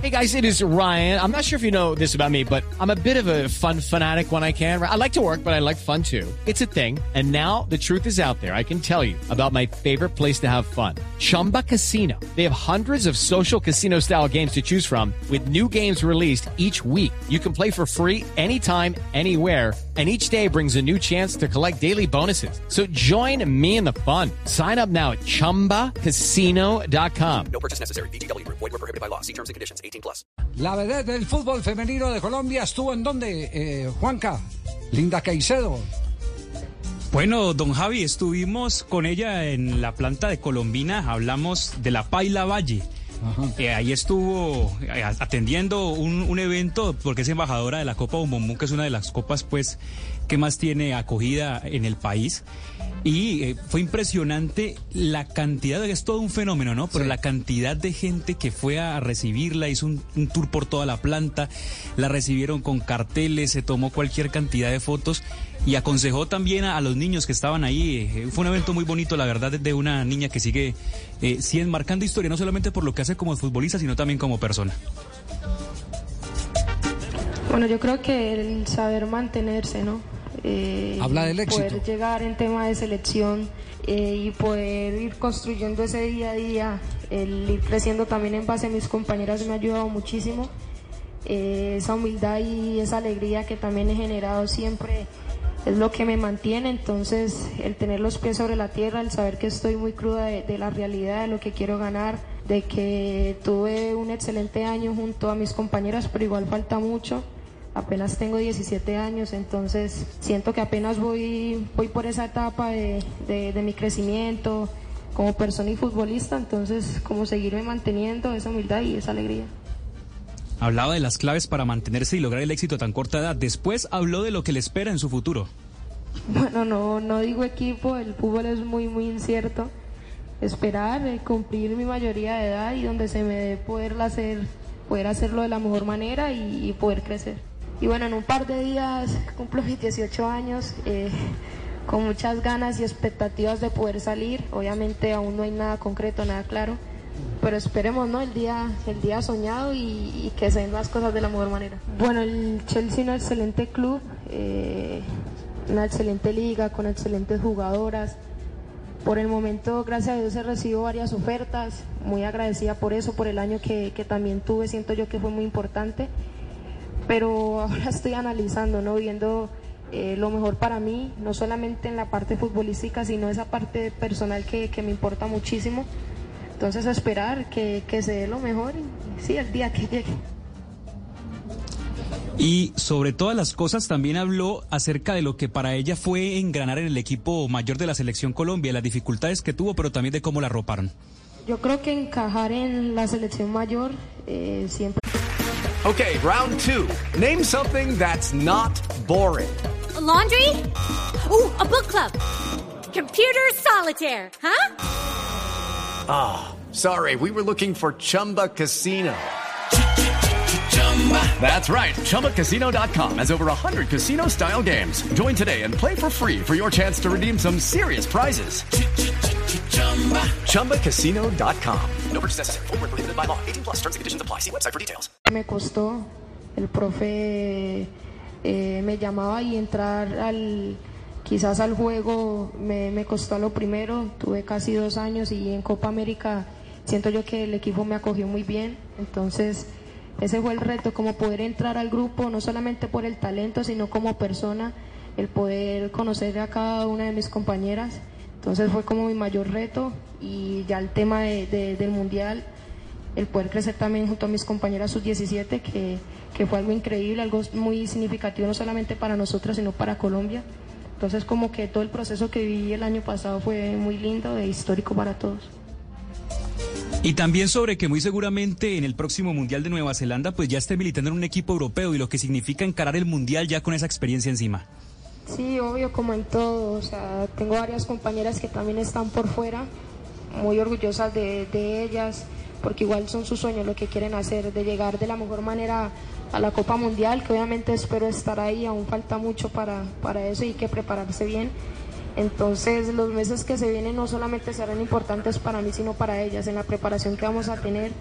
Hey guys, it is Ryan. I'm not sure if you know this about me, but I'm a bit of a fun fanatic when I can. I like to work, but I like fun too. It's a thing. And now the truth is out there. I can tell you about my favorite place to have fun. Chumba Casino. They have hundreds of social casino style games to choose from with new games released each week. You can play for free anytime, anywhere. And each day brings a new chance to collect daily bonuses. So join me in the fun. Sign up now at ChumbaCasino.com. No purchase necessary. VGW. Void where prohibited by law. See terms and conditions. 18+. La vedette del fútbol femenino de Colombia estuvo ¿en dónde, Juanca? Linda Caicedo. Bueno, don Javi, estuvimos con ella en la planta de Colombina, hablamos de la Paila Valle. Ahí estuvo atendiendo un evento porque es embajadora de la Copa Bumbum, que es una de las copas pues que más tiene acogida en el país. Y fue impresionante la cantidad, es todo un fenómeno, ¿no? Pero sí, la cantidad de gente que fue a recibirla, hizo un tour por toda la planta, la recibieron con carteles, se tomó cualquier cantidad de fotos y aconsejó también a los niños que estaban ahí. Fue un evento muy bonito, la verdad, de una niña que sigue marcando historia, no solamente por lo que hace como futbolista, sino también como persona. Bueno, yo creo que el saber mantenerse, ¿no? Habla del éxito. Poder llegar en tema de selección y poder ir construyendo ese día a día, el ir creciendo también en base a mis compañeras me ha ayudado muchísimo. Esa humildad y esa alegría que también he generado siempre es lo que me mantiene. Entonces el tener los pies sobre la tierra, el saber que estoy muy cruda de la realidad, de lo que quiero ganar, de que tuve un excelente año junto a mis compañeras, pero igual falta mucho. Apenas tengo 17 años, entonces siento que apenas voy por esa etapa de mi crecimiento como persona y futbolista, entonces como seguirme manteniendo esa humildad y esa alegría. Hablaba de las claves para mantenerse y lograr el éxito a tan corta edad. Después habló de lo que le espera en su futuro. Bueno, no digo equipo, el fútbol es muy incierto. Esperar, cumplir mi mayoría de edad y donde se me dé poder hacerlo de la mejor manera y poder crecer. Y bueno, en un par de días cumplo mis 18 años, con muchas ganas y expectativas de poder salir. Obviamente aún no hay nada concreto, nada claro, pero esperemos, ¿no? El día soñado y que se den las cosas de la mejor manera. Bueno, el Chelsea es un excelente club, una excelente liga con excelentes jugadoras. Por el momento, gracias a Dios, he recibido varias ofertas, muy agradecida por eso, por el año que también tuve, siento yo que fue muy importante. Pero ahora estoy analizando, ¿no? Viendo lo mejor para mí, no solamente en la parte futbolística, sino esa parte personal que me importa muchísimo. Entonces esperar que se dé lo mejor y sí, el día que llegue. Y sobre todas las cosas también habló acerca de lo que para ella fue engranar en el equipo mayor de la Selección Colombia, las dificultades que tuvo, pero también de cómo la arroparon. Yo creo que encajar en la selección mayor siempre... Okay, round two. Name something that's not boring. A laundry? Ooh, a book club. Computer solitaire, huh? Ah, sorry, we were looking for Chumba Casino. That's right, ChumbaCasino.com has over 100 casino-style games. Join today and play for free for your chance to redeem some serious prizes. ChumbaCasino.com. No purchase necessary. Void where prohibited by law. 18+. Terms and conditions apply. See website for details. Me costó, el profe me llamaba y entrar quizás al juego me costó a lo primero. Tuve casi 2 años y en Copa América siento yo que el equipo me acogió muy bien. Entonces ese fue el reto, como poder entrar al grupo, no solamente por el talento, sino como persona, el poder conocer a cada una de mis compañeras. Entonces fue como mi mayor reto y ya el tema del Mundial, el poder crecer también junto a mis compañeras sub-17, que fue algo increíble, algo muy significativo no solamente para nosotras, sino para Colombia. Entonces como que todo el proceso que viví el año pasado fue muy lindo e histórico para todos. Y también sobre que muy seguramente en el próximo Mundial de Nueva Zelanda pues ya esté militando en un equipo europeo y lo que significa encarar el Mundial ya con esa experiencia encima. Sí, obvio, como en todo, o sea, tengo varias compañeras que también están por fuera, muy orgullosas de ellas, porque igual son sus sueños lo que quieren hacer, de llegar de la mejor manera a la Copa Mundial, que obviamente espero estar ahí, aún falta mucho para eso y hay que prepararse bien. Entonces los meses que se vienen no solamente serán importantes para mí, sino para ellas, en la preparación que vamos a tener,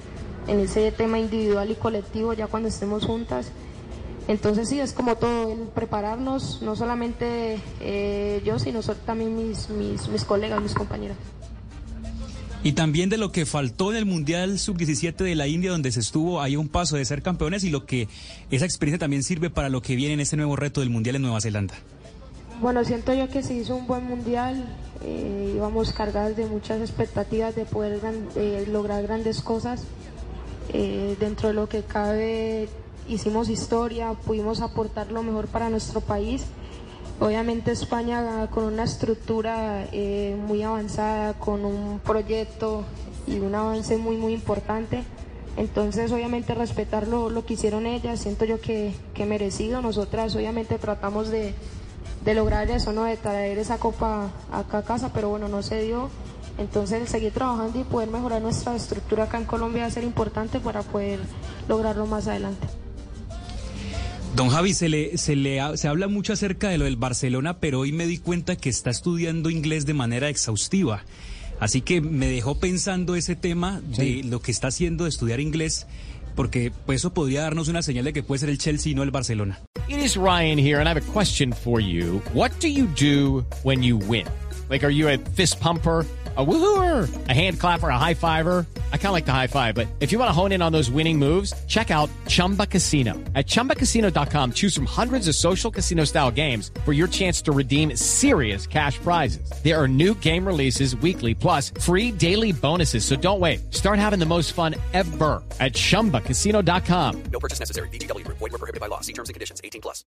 ese tema individual y colectivo ya cuando estemos juntas. Entonces sí, es como todo, el prepararnos, no solamente yo, sino también mis colegas, mis compañeras. Y también de lo que faltó en el Mundial Sub-17 de la India, donde se estuvo ahí a un paso de ser campeones, y lo que esa experiencia también sirve para lo que viene en este nuevo reto del Mundial en Nueva Zelanda. Bueno, siento yo que se hizo un buen Mundial, íbamos cargadas de muchas expectativas de poder lograr grandes cosas. Dentro de lo que cabe, hicimos historia, pudimos aportar lo mejor para nuestro país. Obviamente España con una estructura muy avanzada, con un proyecto y un avance muy muy importante. Entonces obviamente respetar lo que hicieron ellas, siento yo que merecido. Nosotras obviamente tratamos de lograr eso, ¿no? De traer esa copa acá a casa, pero bueno, no se dio. Entonces seguir trabajando y poder mejorar nuestra estructura acá en Colombia va a ser importante para poder lograrlo más adelante. Don Javi, se habla mucho acerca de lo del Barcelona, pero hoy me di cuenta que está estudiando inglés de manera exhaustiva. Así que me dejó pensando ese tema de lo que está haciendo de estudiar inglés, porque pues eso podría darnos una señal de que puede ser el Chelsea y no el Barcelona. It is Ryan here, and I have a question for you. What do you do when you win? Like, are you a fist pumper, a woohooer, a hand clapper, a high fiver? I kind of like the high five, but if you want to hone in on those winning moves, check out Chumba Casino. At ChumbaCasino.com, choose from hundreds of social casino-style games for your chance to redeem serious cash prizes. There are new game releases weekly, plus free daily bonuses, so don't wait. Start having the most fun ever at ChumbaCasino.com. No purchase necessary. VGW Group. Void where prohibited by law. See terms and conditions. 18+.